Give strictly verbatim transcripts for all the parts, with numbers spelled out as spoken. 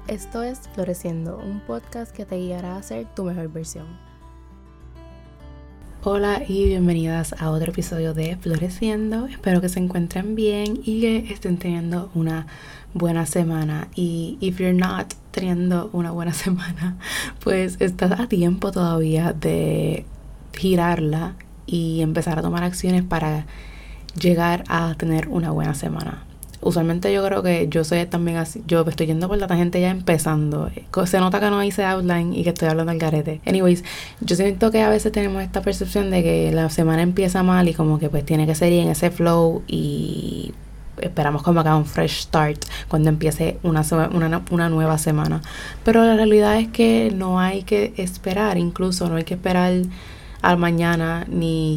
Esto es Floreciendo, un podcast que te guiará a ser tu mejor versión. Hola y bienvenidas a otro episodio de Floreciendo. Espero que se encuentren bien y que estén teniendo una buena semana. Y if you're not teniendo una buena semana, pues estás a tiempo todavía de girarla y empezar a tomar acciones para llegar a tener una buena semana. Usualmente yo creo que yo soy también así. Yo me estoy yendo por la tangente ya empezando. Se nota que no hice outline y que estoy hablando al garete. Anyways, yo siento que a veces tenemos esta percepción de que la semana empieza mal y como que pues tiene que ser en ese flow y esperamos como que haga un fresh start cuando empiece una, una, una nueva semana. Pero la realidad es que no hay que esperar, incluso no hay que esperar al mañana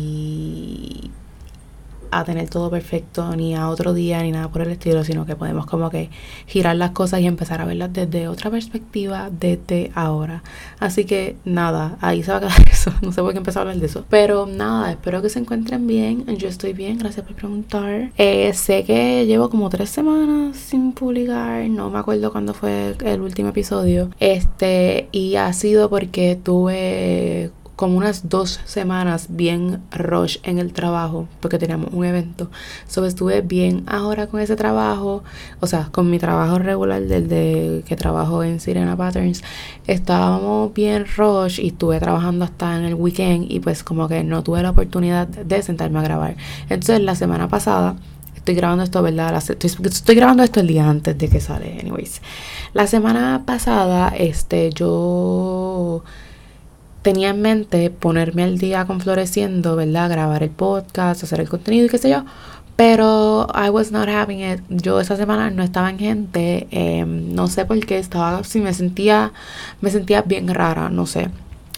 ni a tener todo perfecto, ni a otro día, ni nada por el estilo, sino que podemos como que girar las cosas y empezar a verlas desde otra perspectiva, desde ahora. Así que nada, ahí se va a quedar eso. No sé por qué empezar a hablar de eso. Pero nada, espero que se encuentren bien. Yo estoy bien, gracias por preguntar. Eh, sé que llevo como tres semanas sin publicar, no me acuerdo cuándo fue el último episodio. Este, y ha sido porque tuve como unas dos semanas bien rush en el trabajo, porque teníamos un evento. So, estuve bien ahora con ese trabajo, o sea, con mi trabajo regular desde que trabajo en Sirena Patterns. Estábamos bien rush y estuve trabajando hasta en el weekend y pues como que no tuve la oportunidad de sentarme a grabar. Entonces la semana pasada, estoy grabando esto, ¿verdad? Estoy, estoy grabando esto el día antes de que sale, anyways. La semana pasada, este, yo tenía en mente ponerme al día con Floreciendo, ¿verdad? Grabar el podcast, hacer el contenido y qué sé yo. Pero I was not having it. Yo esa semana no estaba en gente. Eh, no sé por qué. Estaba así, me sentía, me sentía bien rara, no sé.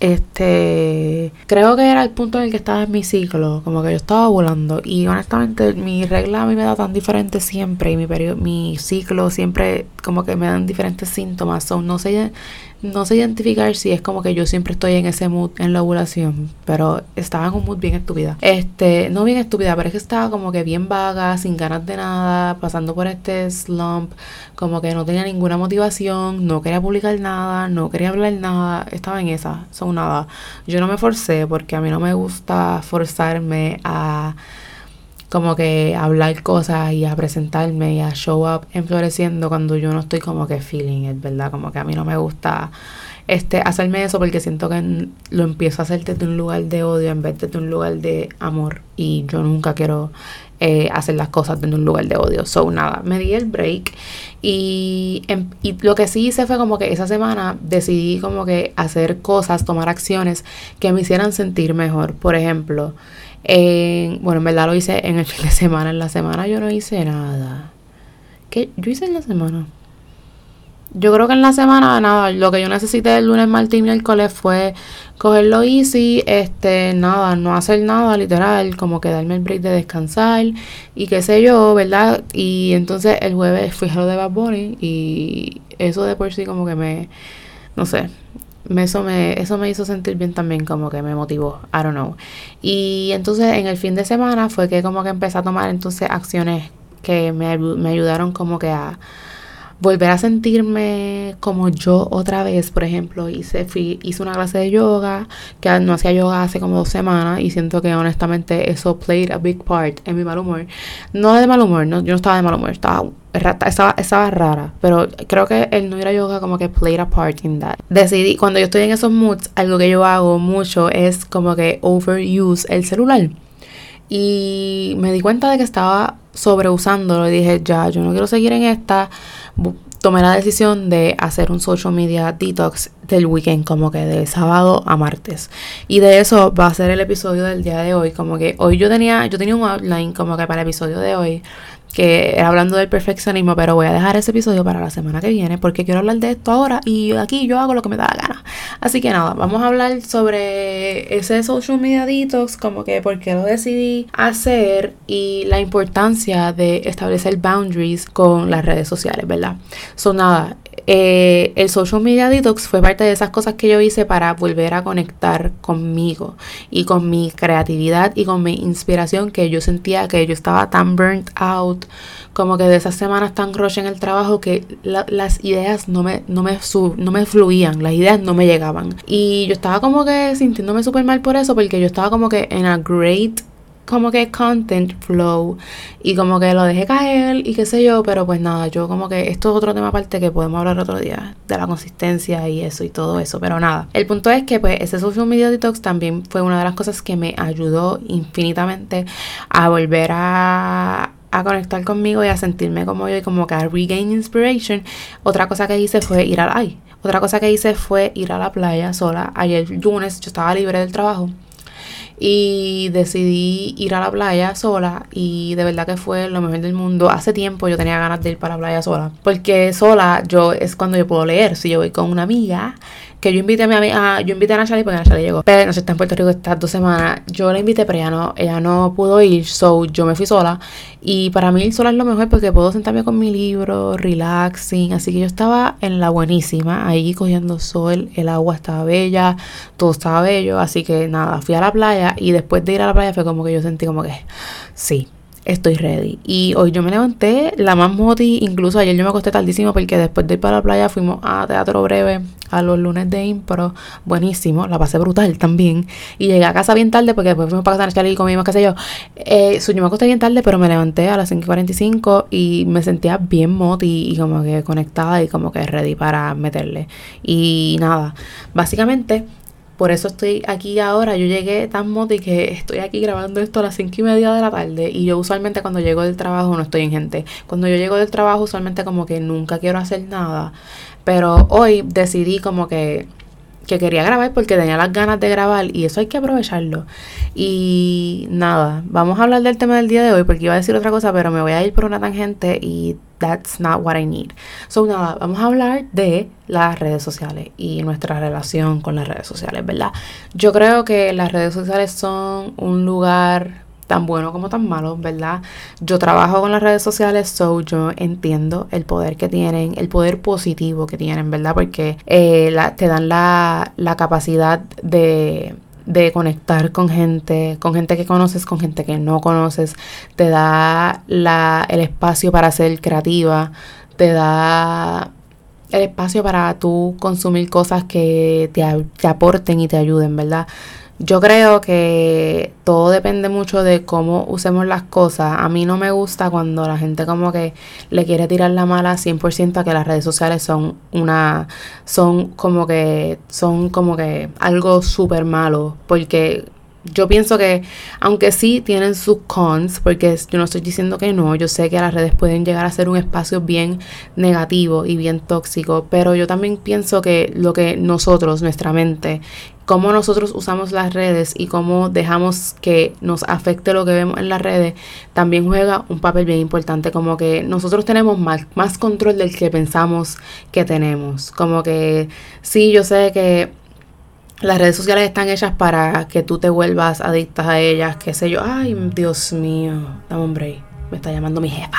Este, creo que era el punto en el que estaba en mi ciclo, como que yo estaba volando y honestamente mi regla a mí me da tan diferente siempre y mi periodo, mi ciclo siempre como que me dan diferentes síntomas, so, no sé no sé identificar si es como que yo siempre estoy en ese mood en la ovulación, pero estaba en un mood bien estúpida, este, no bien estúpida, pero es que estaba como que bien vaga, sin ganas de nada, pasando por este slump, como que no tenía ninguna motivación, no quería publicar nada, no quería hablar nada, estaba en esa, son nada. Yo no me forcé porque a mí no me gusta forzarme a como que hablar cosas y a presentarme y a show up en Floreciendo cuando yo no estoy como que feeling it, ¿verdad? Como que a mí no me gusta este hacerme eso porque siento que lo empiezo a hacer desde un lugar de odio en vez de desde un lugar de amor y yo nunca quiero eh, hacer las cosas desde un lugar de odio. So, nada, me di el break y, y lo que sí hice fue como que esa semana decidí como que hacer cosas, tomar acciones que me hicieran sentir mejor. Por ejemplo, Eh, bueno, en verdad lo hice en el fin de semana. En la semana yo no hice nada. ¿Qué yo hice en la semana? Yo creo que en la semana nada. Lo que yo necesité el lunes, martes y miércoles fue cogerlo easy. Este, nada, no hacer nada literal. Como que darme el break de descansar y qué sé yo, ¿verdad? Y entonces el jueves fui a lo de Bad Bunny y eso de por sí como que me, no sé, Me, eso, me, eso me hizo sentir bien también, como que me motivó, I don't know. Y entonces en el fin de semana fue que como que empecé a tomar entonces acciones que me, me ayudaron como que a volver a sentirme como yo otra vez. Por ejemplo, hice, fui, hice una clase de yoga, que no hacía yoga hace como dos semanas y siento que honestamente eso played a big part en mi mal humor. No de mal humor, no, yo no estaba de mal humor, estaba Estaba, estaba rara, pero creo que el no ir a yoga como que played a part in that. Decidí, cuando yo estoy en esos moods, algo que yo hago mucho es como que overuse el celular. Y me di cuenta de que estaba sobreusándolo y dije, ya, yo no quiero seguir en esta. Tomé la decisión de hacer un social media detox del weekend, como que de sábado a martes. Y de eso va a ser el episodio del día de hoy. Como que hoy yo tenía, yo tenía un outline como que para el episodio de hoy, que era hablando del perfeccionismo, pero voy a dejar ese episodio para la semana que viene porque quiero hablar de esto ahora y aquí yo hago lo que me da la gana. Así que nada, vamos a hablar sobre ese social media detox, como que por qué lo decidí hacer y la importancia de establecer boundaries con las redes sociales, ¿verdad? So nada, eh, el social media detox fue parte parte de esas cosas que yo hice para volver a conectar conmigo y con mi creatividad y con mi inspiración, que yo sentía que yo estaba tan burnt out, como que de esas semanas tan rush en el trabajo, que la, las ideas no me, no, me sub, no me fluían, las ideas no me llegaban. Y yo estaba como que sintiéndome súper mal por eso, porque yo estaba como que en a great como que content flow y como que lo dejé caer y qué sé yo, pero pues nada, yo como que esto es otro tema aparte que podemos hablar otro día, de la consistencia y eso y todo eso, pero nada, el punto es que pues ese social media detox también fue una de las cosas que me ayudó infinitamente a volver a a conectar conmigo y a sentirme como yo y como que a regain inspiration. Otra cosa que hice fue ir al ay, otra cosa que hice fue ir a la playa sola. Ayer lunes yo estaba libre del trabajo y decidí ir a la playa sola, y de verdad que fue lo mejor del mundo. Hace tiempo yo tenía ganas de ir para la playa sola, porque sola yo es cuando yo puedo leer. Si yo voy con una amiga, que yo invité a mi amiga, yo invité a Nachali porque Nachali llegó, pero no sé, está en Puerto Rico estas dos semanas, yo la invité pero ella no, ella no pudo ir, so yo me fui sola, y para mí ir sola es lo mejor porque puedo sentarme con mi libro, relaxing, así que yo estaba en la buenísima, ahí cogiendo sol, el agua estaba bella, todo estaba bello, así que nada, fui a la playa, y después de ir a la playa fue como que yo sentí como que, sí, estoy ready. Y hoy yo me levanté la más moti, incluso ayer yo me acosté tardísimo porque después de ir para la playa fuimos a Teatro Breve, a los lunes de impro, buenísimo, la pasé brutal también, y llegué a casa bien tarde porque después fuimos para casa de Charlie y comimos, qué sé yo, eh, so, yo me acosté bien tarde, pero me levanté a las cinco y cuarenta y cinco y me sentía bien moti y como que conectada y como que ready para meterle, y nada, básicamente por eso estoy aquí ahora. Yo llegué tan moti que estoy aquí grabando esto a las cinco y media de la tarde. Y yo usualmente cuando llego del trabajo no estoy en gente. Cuando yo llego del trabajo usualmente como que nunca quiero hacer nada. Pero hoy decidí como que, que quería grabar porque tenía las ganas de grabar. Y eso hay que aprovecharlo. Y nada, vamos a hablar del tema del día de hoy porque iba a decir otra cosa, pero me voy a ir por una tangente y that's not what I need. So nada, vamos a hablar de las redes sociales y nuestra relación con las redes sociales, ¿verdad? Yo creo que las redes sociales son un lugar tan bueno como tan malo, ¿verdad? Yo trabajo con las redes sociales, so yo entiendo el poder que tienen, el poder positivo que tienen, ¿verdad? Porque eh, la, te dan la, la capacidad de... de conectar con gente, con gente que conoces, con gente que no conoces, te da la, el espacio para ser creativa, te da el espacio para tú consumir cosas que te, te aporten y te ayuden, ¿verdad? Yo creo que todo depende mucho de cómo usemos las cosas. A mí no me gusta cuando la gente como que le quiere tirar la mala cien por ciento a que las redes sociales son una, son como que, son como que algo súper malo, porque yo pienso que, aunque sí tienen sus cons, porque yo no estoy diciendo que no, yo sé que las redes pueden llegar a ser un espacio bien negativo y bien tóxico, pero yo también pienso que lo que nosotros, nuestra mente, cómo nosotros usamos las redes y cómo dejamos que nos afecte lo que vemos en las redes, también juega un papel bien importante. Como que nosotros tenemos más, más control del que pensamos que tenemos. Como que sí, yo sé que las redes sociales están hechas para que tú te vuelvas adictas a ellas, qué sé yo. Ay, Dios mío, dame un break, me está llamando mi jefa.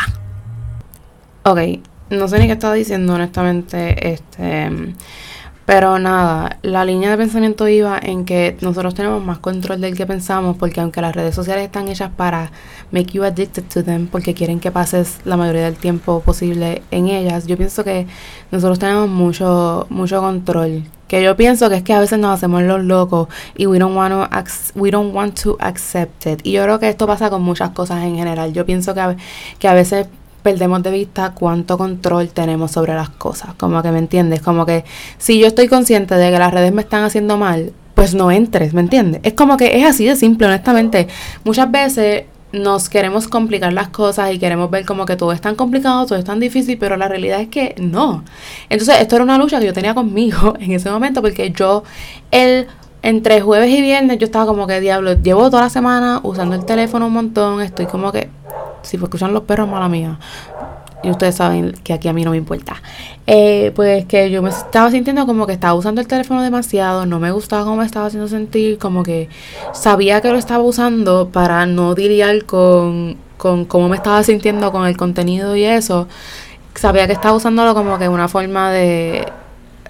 Ok, no sé ni qué estaba diciendo honestamente, este... pero nada, la línea de pensamiento iba en que nosotros tenemos más control del que pensamos, porque aunque las redes sociales están hechas para make you addicted to them, porque quieren que pases la mayoría del tiempo posible en ellas, yo pienso que nosotros tenemos mucho mucho control. Que yo pienso que es que a veces nos hacemos los locos y we don't want to ac- we don't want to accept it. Y yo creo que esto pasa con muchas cosas en general. Yo pienso que a, que a veces perdemos de vista cuánto control tenemos sobre las cosas. Como que me entiendes, como que si yo estoy consciente de que las redes me están haciendo mal, pues no entres, ¿me entiendes? Es como que es así de simple, honestamente. Muchas veces nos queremos complicar las cosas y queremos ver como que todo es tan complicado, todo es tan difícil, pero la realidad es que no. Entonces esto era una lucha que yo tenía conmigo en ese momento, porque yo el entre jueves y viernes yo estaba como que diablo, llevo toda la semana usando el teléfono un montón, estoy como que, si escuchan los perros, mala mía, y ustedes saben que aquí a mí no me importa, eh, pues que yo me estaba sintiendo como que estaba usando el teléfono demasiado, no me gustaba cómo me estaba haciendo sentir, como que sabía que lo estaba usando para no lidiar con, con cómo me estaba sintiendo con el contenido y eso, sabía que estaba usándolo como que una forma de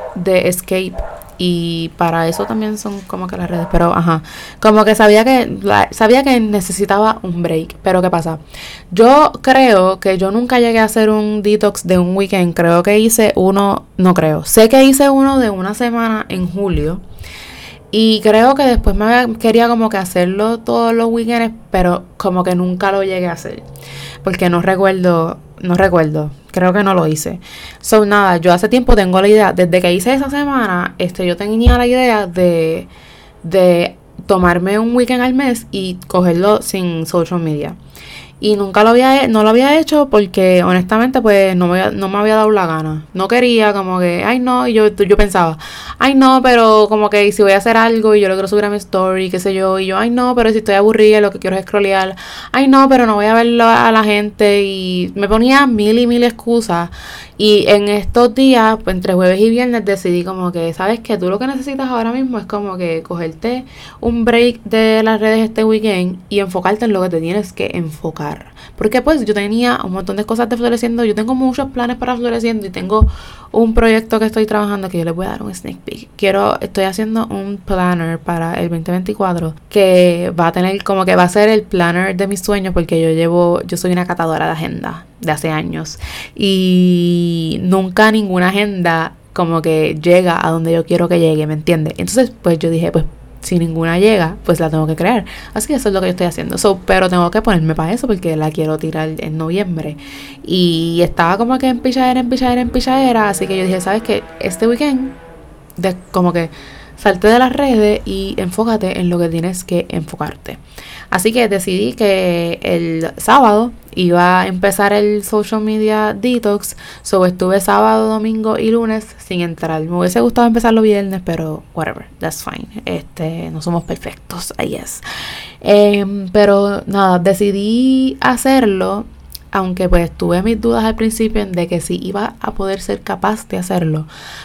de escape. Y para eso también son como que las redes. Pero, ajá, como que sabía que la, sabía que necesitaba un break. Pero, ¿qué pasa? Yo creo que yo nunca llegué a hacer un detox de un weekend. Creo que hice uno, no creo. Sé que hice uno de una semana en julio. Y creo que después me quería como que hacerlo todos los weekends. Pero como que nunca lo llegué a hacer. Porque no recuerdo... No recuerdo, creo que no lo hice. So, nada, yo hace tiempo tengo la idea, desde que hice esa semana, este, yo tenía la idea de, de tomarme un weekend al mes y cogerlo sin social media. Y nunca lo había, no lo había hecho porque honestamente pues no me, no me había dado la gana. No quería como que, ay no, y yo, yo pensaba, ay no, pero como que si voy a hacer algo y yo lo quiero subir a mi story, qué sé yo, y yo, ay no, pero si estoy aburrida lo que quiero es scrollear, ay no, pero no voy a verlo a la gente, y me ponía mil y mil excusas. Y en estos días, pues, entre jueves y viernes, decidí como que, ¿sabes qué? Tú lo que necesitas ahora mismo es como que cogerte un break de las redes este weekend y enfocarte en lo que te tienes que enfocar. Porque pues yo tenía un montón de cosas de Floreciendo, yo tengo muchos planes para Floreciendo y tengo un proyecto que estoy trabajando que yo les voy a dar un sneak peek. Quiero, estoy haciendo un planner para el veinte veinticuatro que va a tener como que va a ser el planner de mis sueños, porque yo llevo, yo soy una catadora de agenda de hace años y nunca ninguna agenda como que llega a donde yo quiero que llegue, ¿me entiendes? Entonces pues yo dije, pues si ninguna llega, pues la tengo que crear. Así que eso es lo que yo estoy haciendo. So, pero tengo que ponerme para eso porque la quiero tirar en noviembre. Y estaba como que en pichadera, en pichadera, en pichadera. Así que yo dije, ¿sabes qué? Este weekend, de, como que salte de las redes y enfócate en lo que tienes que enfocarte. Así que decidí que el sábado iba a empezar el social media detox. So estuve sábado, domingo y lunes sin entrar. Me hubiese gustado empezarlo viernes, pero whatever, that's fine. Este, no somos perfectos, I guess. Eh, pero nada, decidí hacerlo. Aunque pues tuve mis dudas al principio de que sí iba a poder ser capaz de hacerlo.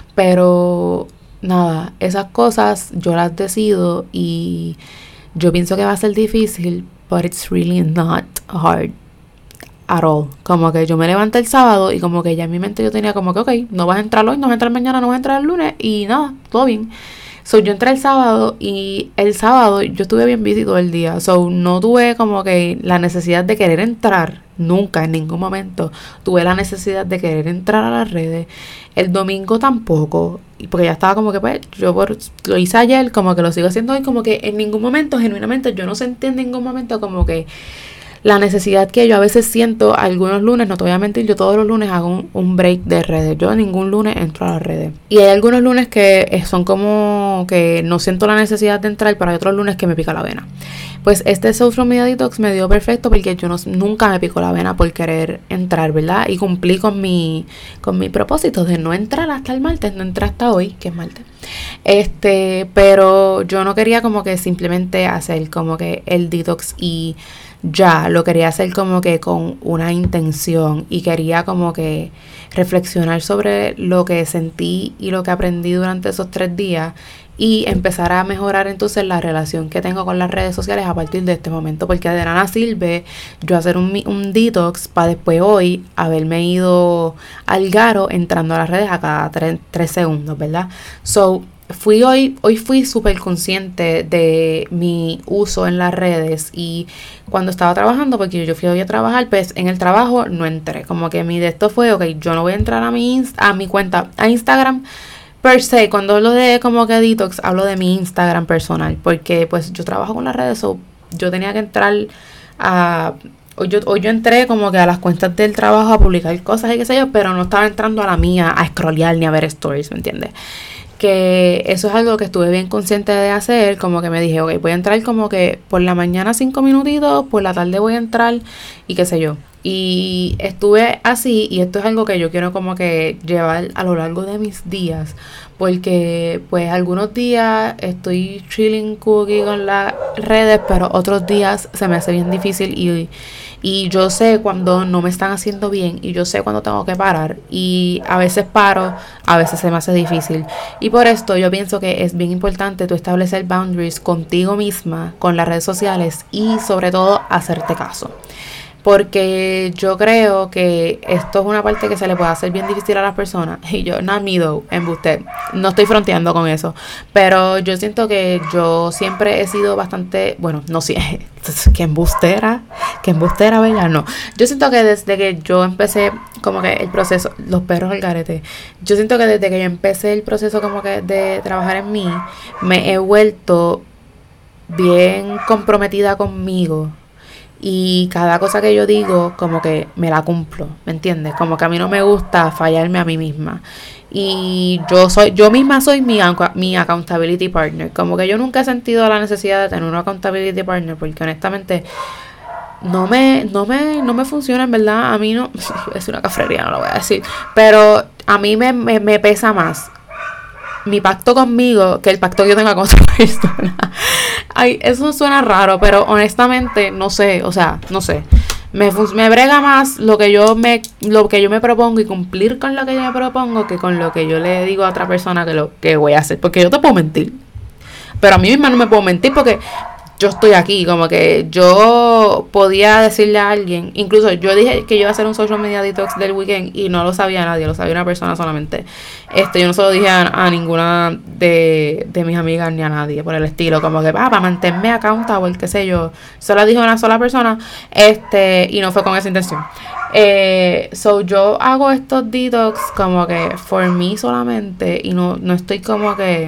Pero nada, esas cosas yo las decido y yo pienso que va a ser difícil, but it's really not hard at all. Como que yo me levanté el sábado y como que ya en mi mente yo tenía como que, ok, no vas a entrar hoy, no vas a entrar mañana, no vas a entrar el lunes y nada, todo bien. So, yo entré el sábado y el sábado yo estuve bien busy todo el día. So, no tuve como que la necesidad de querer entrar. Nunca, en ningún momento, tuve la necesidad de querer entrar a las redes. El domingo tampoco. Porque ya estaba como que, pues, yo por, lo hice ayer, como que lo sigo haciendo hoy. Como que en ningún momento, genuinamente, yo no sentí en ningún momento como que la necesidad que yo a veces siento algunos lunes, no te voy a mentir, yo todos los lunes hago un, un break de redes. Yo ningún lunes entro a las redes. Y hay algunos lunes que son como que no siento la necesidad de entrar, pero hay otros lunes que me pica la vena. Pues este social media detox me dio perfecto porque yo no, nunca me picó la vena por querer entrar, ¿verdad? Y cumplí con mi, con mi propósito de no entrar hasta el martes, no entrar hasta hoy, que es martes. Este, pero yo no quería como que simplemente hacer como que el detox y ya, lo quería hacer como que con una intención y quería como que reflexionar sobre lo que sentí y lo que aprendí durante esos tres días y empezar a mejorar entonces la relación que tengo con las redes sociales a partir de este momento, porque de nada sirve yo hacer un, un detox para después hoy haberme ido al garo entrando a las redes a cada tres segundos, ¿verdad? So, Fui hoy, hoy fui súper consciente de mi uso en las redes y cuando estaba trabajando, porque yo fui hoy a trabajar, pues en el trabajo no entré. Como que mi de esto fue, ok, yo no voy a entrar a mi, inst- a mi cuenta, a Instagram per se. Cuando hablo de como que detox, hablo de mi Instagram personal, porque pues yo trabajo con las redes, so yo tenía que entrar a... Hoy yo, hoy yo entré como que a las cuentas del trabajo a publicar cosas y qué sé yo, pero no estaba entrando a la mía a scrollear ni a ver stories, ¿me entiendes? Que eso es algo que estuve bien consciente de hacer, como que me dije, ok, voy a entrar como que por la mañana cinco minutitos, por la tarde voy a entrar y qué sé yo. Y estuve así y esto es algo que yo quiero como que llevar a lo largo de mis días, porque pues algunos días estoy chilling cookie con las redes, pero otros días se me hace bien difícil y... Y yo sé cuando no me están haciendo bien y yo sé cuando tengo que parar. Y a veces paro, a veces se me hace difícil. Y por esto yo pienso que es bien importante tú establecer boundaries contigo misma, con las redes sociales y sobre todo hacerte caso. Porque yo creo que esto es una parte que se le puede hacer bien difícil a las personas. Y yo, not me though, embuste. No estoy fronteando con eso. Pero yo siento que yo siempre he sido bastante, bueno, no sé, que embustera, que embustera, bella, no. Yo siento que desde que yo empecé como que el proceso, los perros al garete, yo siento que desde que yo empecé el proceso como que de trabajar en mí, me he vuelto bien comprometida conmigo. Y cada cosa que yo digo, como que me la cumplo, ¿me entiendes? Como que a mí no me gusta fallarme a mí misma. Y yo soy, yo misma soy mi, mi accountability partner. Como que yo nunca he sentido la necesidad de tener un accountability partner, porque honestamente no me, no me, no me funciona, en verdad. A mí no, es una cafrería, no lo voy a decir. Pero a mí me, me, me pesa más mi pacto conmigo que el pacto que yo tenga con otra persona. Ay, eso suena raro, pero honestamente no sé, o sea, no sé. Me, me brega más lo que yo me lo que yo me propongo y cumplir con lo que yo me propongo que con lo que yo le digo a otra persona que lo que voy a hacer, porque yo te puedo mentir. Pero a mí misma no me puedo mentir porque yo estoy aquí, como que yo podía decirle a alguien, incluso yo dije que yo iba a hacer un social media detox del weekend y no lo sabía nadie, lo sabía una persona solamente. Este, yo no se lo dije a, a ninguna de, de mis amigas ni a nadie por el estilo, como que ah, para mantenerme accountable, qué sé yo. Solo dije a una sola persona, este, y no fue con esa intención. Eh, so yo hago estos detox como que for me solamente y no, no estoy como que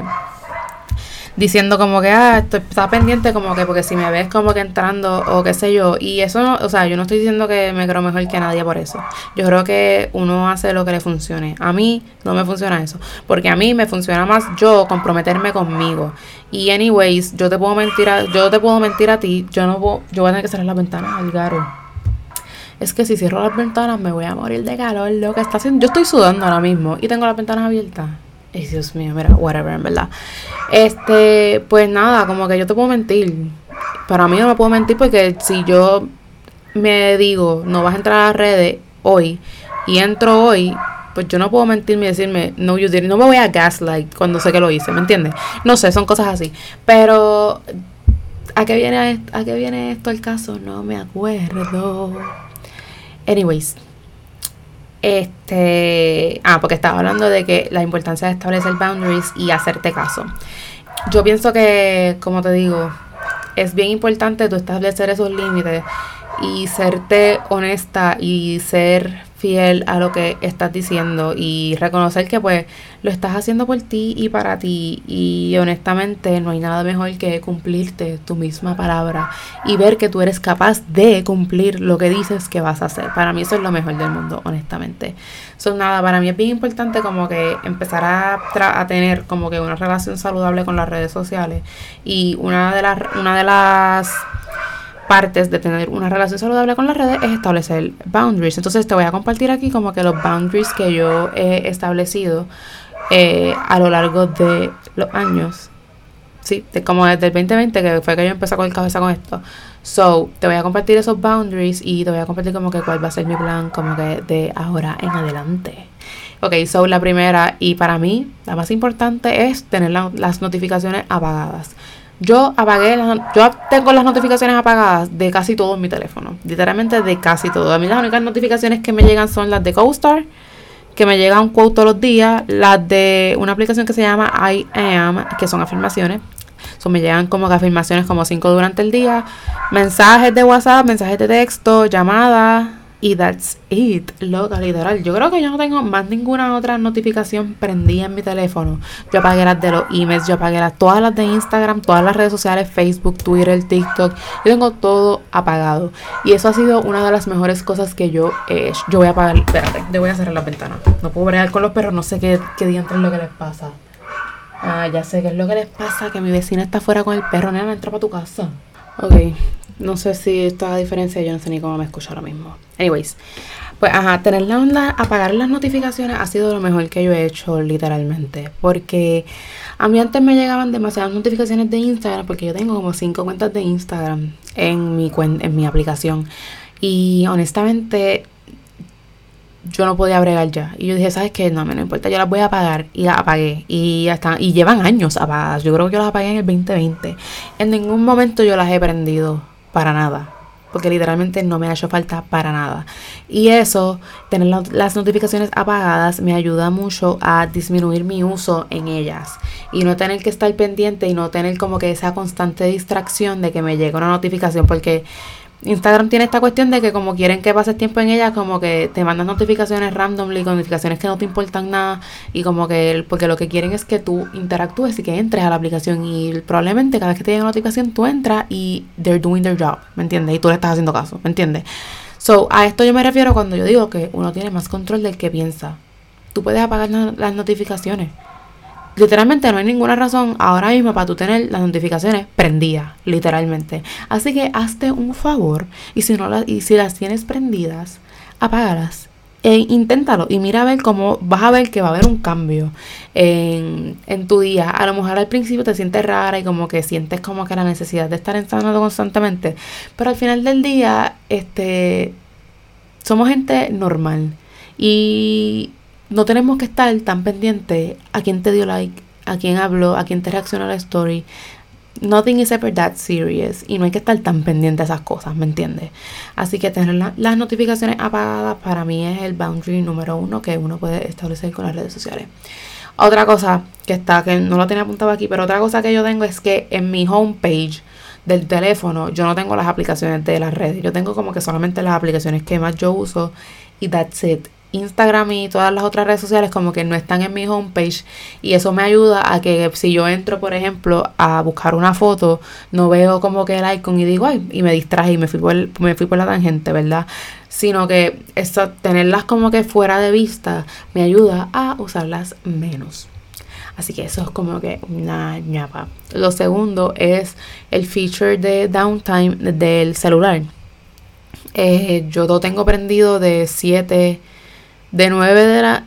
diciendo como que, ah, estoy, está pendiente como que porque si me ves como que entrando o qué sé yo. Y eso no, o sea, yo no estoy diciendo que me creo mejor que nadie por eso. Yo creo que uno hace lo que le funcione. A mí no me funciona eso. Porque a mí me funciona más yo comprometerme conmigo. Y anyways, yo te puedo mentir a, yo te puedo mentir a ti. Yo no puedo, yo voy a tener que cerrar las ventanas al garo. Es que si cierro las ventanas me voy a morir de calor. Lo que está haciendo, yo estoy sudando ahora mismo y tengo las ventanas abiertas. Ay, Dios mío, mira, whatever, en verdad. Este, pues nada, como que yo te puedo mentir. Pero a mí no me puedo mentir porque si yo me digo, no vas a entrar a las redes hoy y entro hoy, pues yo no puedo mentirme y decirme, no, you didn't. No me voy a gaslight cuando sé que lo hice, ¿me entiendes? No sé, son cosas así. Pero, ¿a qué viene, a qué viene esto el caso? No me acuerdo. Anyways. Este, ah, porque estaba hablando de que la importancia de establecer boundaries y hacerte caso. Yo pienso que, como te digo, es bien importante tú establecer esos límites y serte honesta y ser fiel a lo que estás diciendo y reconocer que pues lo estás haciendo por ti y para ti y honestamente no hay nada mejor que cumplirte tu misma palabra y ver que tú eres capaz de cumplir lo que dices que vas a hacer. Para mí eso es lo mejor del mundo, honestamente. So, nada, para mí es bien importante como que empezar a, tra- a tener como que una relación saludable con las redes sociales y una de las una de las partes de tener una relación saludable con las redes es establecer boundaries. Entonces te voy a compartir aquí como que los boundaries que yo he establecido eh, a lo largo de los años. Sí, de, como desde el veinte veinte que fue que yo empecé a coger cabeza con esto. So, te voy a compartir esos boundaries y te voy a compartir como que cuál va a ser mi plan como que de ahora en adelante. Ok, so la primera y para mí la más importante es tener la, las notificaciones apagadas. Yo apagué, las, yo tengo las notificaciones apagadas de casi todo en mi teléfono. Literalmente de casi todo. A mí las únicas notificaciones que me llegan son las de CoStar, que me llega un quote todos los días. Las de una aplicación que se llama I Am, que son afirmaciones. So, me llegan como que afirmaciones como cinco durante el día. Mensajes de WhatsApp, mensajes de texto, llamadas. Y that's it, loca, literal. Yo creo que yo no tengo más ninguna otra notificación prendida en mi teléfono. Yo apagué las de los emails, yo apagué las, todas las de Instagram, todas las redes sociales, Facebook, Twitter, TikTok. Yo tengo todo apagado. Y eso ha sido una de las mejores cosas que yo he hecho. Yo voy a apagar, espérate, yo voy a cerrar la ventana. No puedo bregar con los perros, no sé qué, qué diantre es lo que les pasa. Ah, ya sé qué es lo que les pasa, que mi vecina está afuera con el perro. Nena, entra para tu casa. Ok. No sé si esta diferencia, yo no sé ni cómo me escucho ahora mismo. Anyways, pues ajá, tener la onda, apagar las notificaciones ha sido lo mejor que yo he hecho, literalmente. Porque a mí antes me llegaban demasiadas notificaciones de Instagram, porque yo tengo como cinco cuentas de Instagram en mi cuen- en mi aplicación. Y honestamente, yo no podía bregar ya. Y yo dije, ¿sabes qué? No, me no importa, yo las voy a apagar. Y las apagué. Y ya están, y llevan años apagadas. Yo creo que yo las apagué en el veinte veinte. En ningún momento yo las he prendido. Para nada. porque literalmente no me ha hecho falta para nada. Y eso, tener la, las notificaciones apagadas me ayuda mucho a disminuir mi uso en ellas y no tener que estar pendiente y no tener como que esa constante distracción de que me llegue una notificación, porque Instagram tiene esta cuestión de que como quieren que pases tiempo en ella, como que te mandan notificaciones randomly, con notificaciones que no te importan nada, y como que, porque lo que quieren es que tú interactúes y que entres a la aplicación, y probablemente cada vez que te llegue una notificación tú entras y they're doing their job, ¿me entiendes? Y tú le estás haciendo caso, ¿me entiendes? So, a esto yo me refiero cuando yo digo que uno tiene más control del que piensa. Tú puedes apagar na- las notificaciones. Literalmente no hay ninguna razón ahora mismo para tú tener las notificaciones prendidas, literalmente. Así que hazte un favor y si no las, y si las tienes prendidas, apágalas. E inténtalo y mira a ver cómo vas a ver que va a haber un cambio en, en tu día. A lo mejor al principio te sientes rara y como que sientes como que la necesidad de estar entrando constantemente, pero al final del día, este, somos gente normal y no tenemos que estar tan pendiente a quién te dio like, a quién habló, a quién te reaccionó a la story. Nothing is ever that serious. Y no hay que estar tan pendiente a esas cosas, ¿me entiendes? Así que tener la, las notificaciones apagadas para mí es el boundary número uno que uno puede establecer con las redes sociales. Otra cosa que está, que no lo tenía apuntado aquí, pero otra cosa que yo tengo es que en mi homepage del teléfono yo no tengo las aplicaciones de las redes. Yo tengo como que solamente las aplicaciones que más yo uso y that's it. Instagram y todas las otras redes sociales como que no están en mi homepage, y eso me ayuda a que si yo entro, por ejemplo, a buscar una foto, no veo como que el icon y digo, ay, y me distraje y me fui por, el, me fui por la tangente, ¿verdad? Sino que eso, tenerlas como que fuera de vista me ayuda a usarlas menos. Así que eso es como que una ñapa. Lo segundo es el feature de downtime del celular. Eh, yo lo tengo prendido de siete... de nueve de la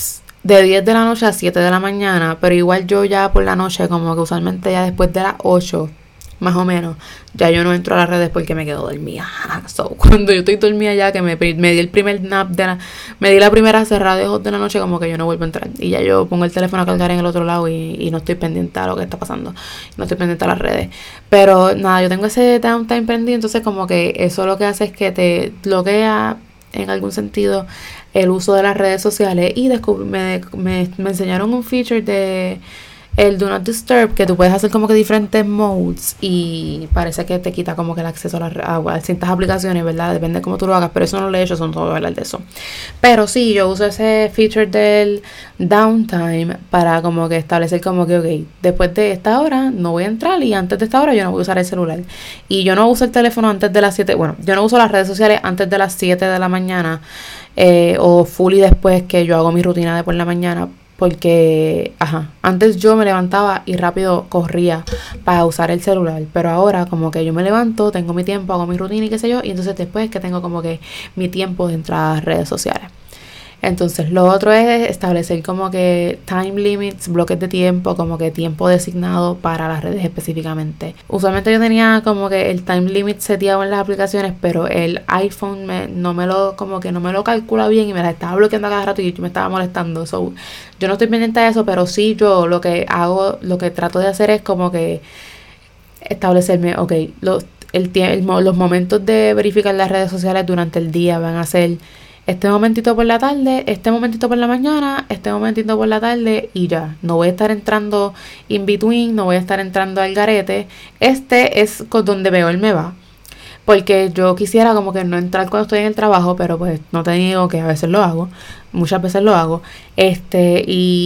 de diez de la noche a siete de la mañana, pero igual yo ya por la noche, como que usualmente ya después de las ocho, más o menos, ya yo no entro a las redes porque me quedo dormida. So, cuando yo estoy dormida ya, que me, me di el primer nap de la, me di la primera cerrada de ojos de la noche, como que yo no vuelvo a entrar. Y ya yo pongo el teléfono a cargar en el otro lado y, y no estoy pendiente a lo que está pasando. No estoy pendiente a las redes. Pero nada, yo tengo ese downtime prendido, entonces como que eso lo que hace es que te bloquea en algún sentido el uso de las redes sociales, y descubrí, me, me, me enseñaron un feature de el Do Not Disturb, que tú puedes hacer como que diferentes modes y parece que te quita como que el acceso a, la, a, a ciertas aplicaciones, ¿verdad? Depende de cómo tú lo hagas, pero eso no lo he hecho, son todo hablar de eso. Pero sí, yo uso ese feature del downtime para como que establecer como que, ok, después de esta hora no voy a entrar y antes de esta hora yo no voy a usar el celular. Y yo no uso el teléfono antes de las siete, bueno, yo no uso las redes sociales antes de las siete de la mañana, eh, o full y después que yo hago mi rutina de por la mañana. Porque, ajá, antes yo me levantaba y rápido corría para usar el celular. Pero ahora como que yo me levanto, tengo mi tiempo, hago mi rutina y qué sé yo. Y entonces después que tengo como que mi tiempo de entrar a las redes sociales. Entonces lo otro es establecer como que time limits, bloques de tiempo, como que tiempo designado para las redes específicamente. Usualmente yo tenía como que el time limit seteado en las aplicaciones, pero el iPhone me, no me lo, como que no me lo calcula bien y me la estaba bloqueando a cada rato y me estaba molestando. So, yo no estoy pendiente de eso, pero sí yo lo que hago, lo que trato de hacer es como que establecerme, ok, los, el, el, los momentos de verificar las redes sociales durante el día van a ser este momentito por la tarde, este momentito por la mañana, este momentito por la tarde y ya. No voy a estar entrando in between, no voy a estar entrando al garete. Este es con donde peor me va. Porque yo quisiera como que no entrar cuando estoy en el trabajo, pero pues no te digo que a veces lo hago. Muchas veces lo hago. Este,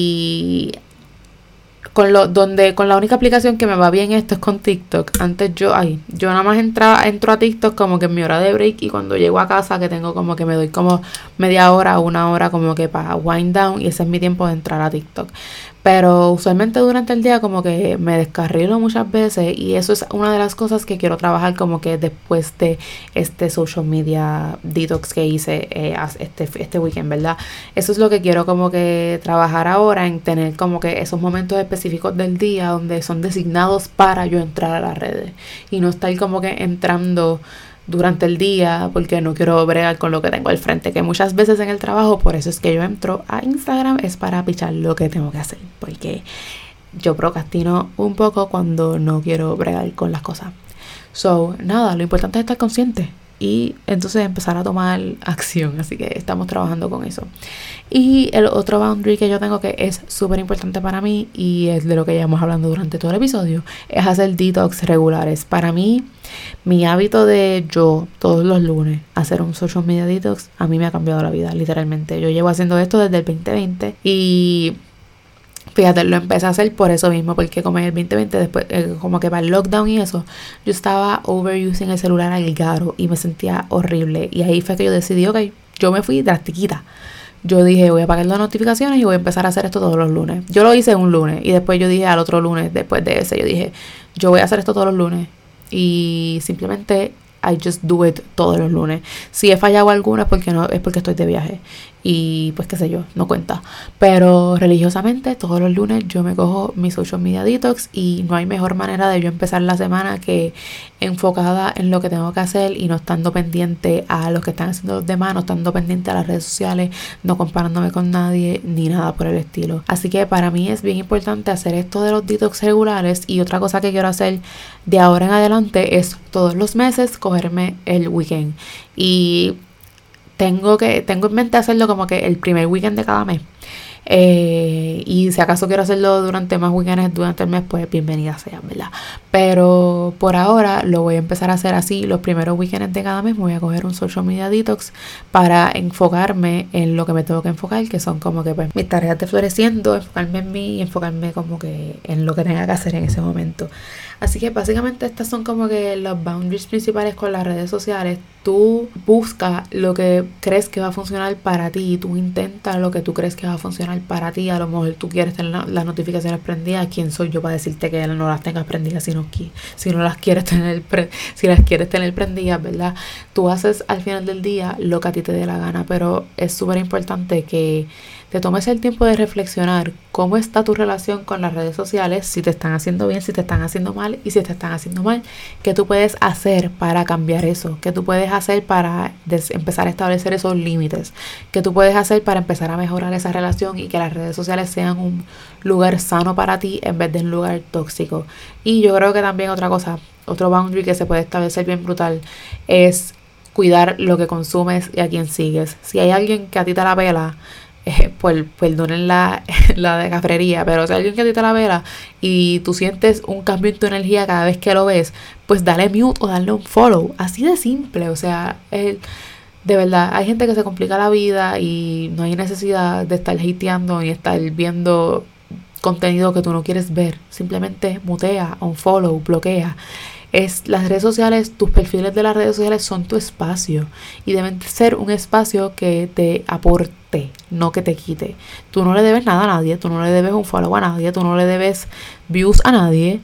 y con lo donde con la única aplicación que me va bien esto es con TikTok. Antes yo, ay, yo nada más entraba, entro a TikTok como que en mi hora de break, y cuando llego a casa que tengo como que me doy como media hora o una hora como que para wind down, y ese es mi tiempo de entrar a TikTok. Pero usualmente durante el día como que me descarrilo muchas veces, y eso es una de las cosas que quiero trabajar como que después de este social media detox que hice eh, este, este weekend, ¿verdad? Eso es lo que quiero como que trabajar ahora, en tener como que esos momentos específicos del día donde son designados para yo entrar a las redes y no estar como que entrando durante el día porque no quiero bregar con lo que tengo al frente, que muchas veces en el trabajo, por eso es que yo entro a Instagram, es para pichar lo que tengo que hacer, porque yo procrastino un poco cuando no quiero bregar con las cosas. So, nada, lo importante es estar consciente y entonces empezar a tomar acción. Así que estamos trabajando con eso. Y el otro boundary que yo tengo que es súper importante para mí, y es de lo que llevamos hablando durante todo el episodio, es hacer detox regulares. Para mí, mi hábito de yo todos los lunes hacer un social media detox, a mí me ha cambiado la vida, literalmente. Yo llevo haciendo esto desde el veinte veinte y fíjate, lo empecé a hacer por eso mismo, porque como en el veinte veinte, después, eh, como que para el lockdown y eso, yo estaba overusing el celular al garo y me sentía horrible. Y ahí fue que yo decidí, ok, yo me fui drastiquita. Yo dije, voy a apagar las notificaciones y voy a empezar a hacer esto todos los lunes. Yo lo hice un lunes y después yo dije al otro lunes, después de ese, yo dije, yo voy a hacer esto todos los lunes. Y simplemente I just do it todos los lunes. Si he fallado alguna es porque no, es porque estoy de viaje. Y pues qué sé yo, no cuenta. Pero religiosamente todos los lunes yo me cojo mi social media detox, y no hay mejor manera de yo empezar la semana que enfocada en lo que tengo que hacer y no estando pendiente a lo que están haciendo los demás, no estando pendiente a las redes sociales, no comparándome con nadie ni nada por el estilo. Así que para mí es bien importante hacer esto de los detox regulares. Y otra cosa que quiero hacer de ahora en adelante es todos los meses cogerme el weekend. Y Tengo que tengo en mente hacerlo como que el primer weekend de cada mes. Eh, y si acaso quiero hacerlo durante más weekends durante el mes, pues bienvenida sea, ¿verdad? Pero por ahora lo voy a empezar a hacer así. Los primeros weekends de cada mes me voy a coger un social media detox para enfocarme en lo que me tengo que enfocar, que son como que pues mis tareas de floreciendo, enfocarme en mí y enfocarme como que en lo que tenga que hacer en ese momento. Así que básicamente estas son como que los boundaries principales con las redes sociales. Tú busca lo que crees que va a funcionar para ti, tú intenta lo que tú crees que va a funcionar para ti. A lo mejor tú quieres tener las notificaciones prendidas. ¿Quién soy yo para decirte que no las tengas prendidas si no, si no las quieres tener pre, si las quieres tener prendidas, ¿verdad? Tú haces al final del día lo que a ti te dé la gana, pero es súper importante que te tomes el tiempo de reflexionar cómo está tu relación con las redes sociales, si te están haciendo bien, si te están haciendo mal, y si te están haciendo mal, qué tú puedes hacer para cambiar eso, qué tú puedes hacer para des- empezar a establecer esos límites, qué tú puedes hacer para empezar a mejorar esa relación y que las redes sociales sean un lugar sano para ti en vez de un lugar tóxico. Y yo creo que también otra cosa, otro boundary que se puede establecer bien brutal es cuidar lo que consumes y a quién sigues. Si hay alguien que a ti te la pela, Eh, pues, perdonen la, la de cafrería, pero si alguien que a ti te la vela y tú sientes un cambio en tu energía cada vez que lo ves, pues dale mute o dale un follow, así de simple. O sea, el, de verdad, hay gente que se complica la vida y no hay necesidad de estar hateando ni estar viendo contenido que tú no quieres ver. Simplemente mutea, unfollow, bloquea. Es, las redes sociales, tus perfiles de las redes sociales son tu espacio y deben ser un espacio que te aporte, no que te quite. Tú no le debes nada a nadie, tú no le debes un follow a nadie, tú no le debes views a nadie,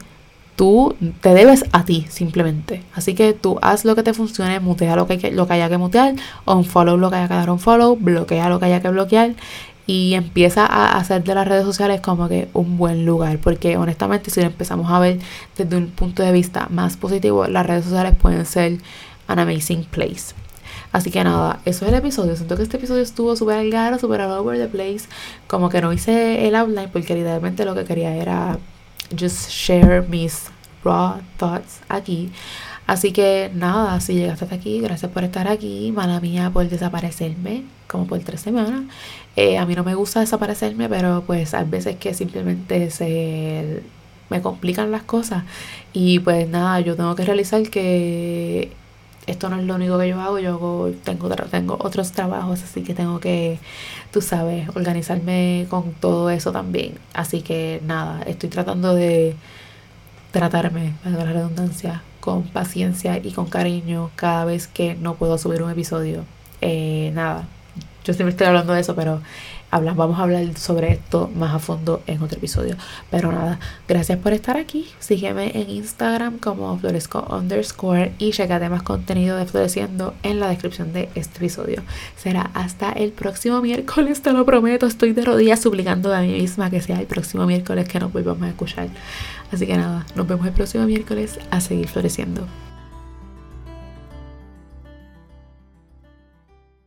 tú te debes a ti simplemente. Así que tú haz lo que te funcione, mutea lo que, lo que haya que mutear, unfollow lo que haya que dar unfollow, bloquea lo que haya que bloquear. Y empieza a hacer de las redes sociales como que un buen lugar. Porque honestamente, si lo empezamos a ver desde un punto de vista más positivo, las redes sociales pueden ser an amazing place. Así que nada, eso es el episodio. Siento que este episodio estuvo súper algaro, súper all over the place. Como que no hice el outline porque literalmente lo que quería era just share mis raw thoughts aquí. Así que nada, si llegaste hasta aquí, gracias por estar aquí. Mala mía por desaparecerme, como por tres semanas. Eh, a mí no me gusta desaparecerme, pero pues hay veces que simplemente se me complican las cosas. Y pues nada, yo tengo que realizar que esto no es lo único que yo hago. Yo hago, tengo, tengo otros trabajos, así que tengo que, tú sabes, organizarme con todo eso también. Así que nada, estoy tratando de tratarme, para la redundancia, con paciencia y con cariño cada vez que no puedo subir un episodio. Eh, nada, yo siempre estoy hablando de eso, pero habla, vamos a hablar sobre esto más a fondo en otro episodio. Pero nada, gracias por estar aquí. Sígueme en Instagram como floresco underscore y checate más contenido de Floreciendo en la descripción de este episodio. Será hasta el próximo miércoles, te lo prometo. Estoy de rodillas suplicando a mí misma que sea el próximo miércoles que nos volvamos a escuchar. Así que nada, nos vemos el próximo miércoles a seguir floreciendo.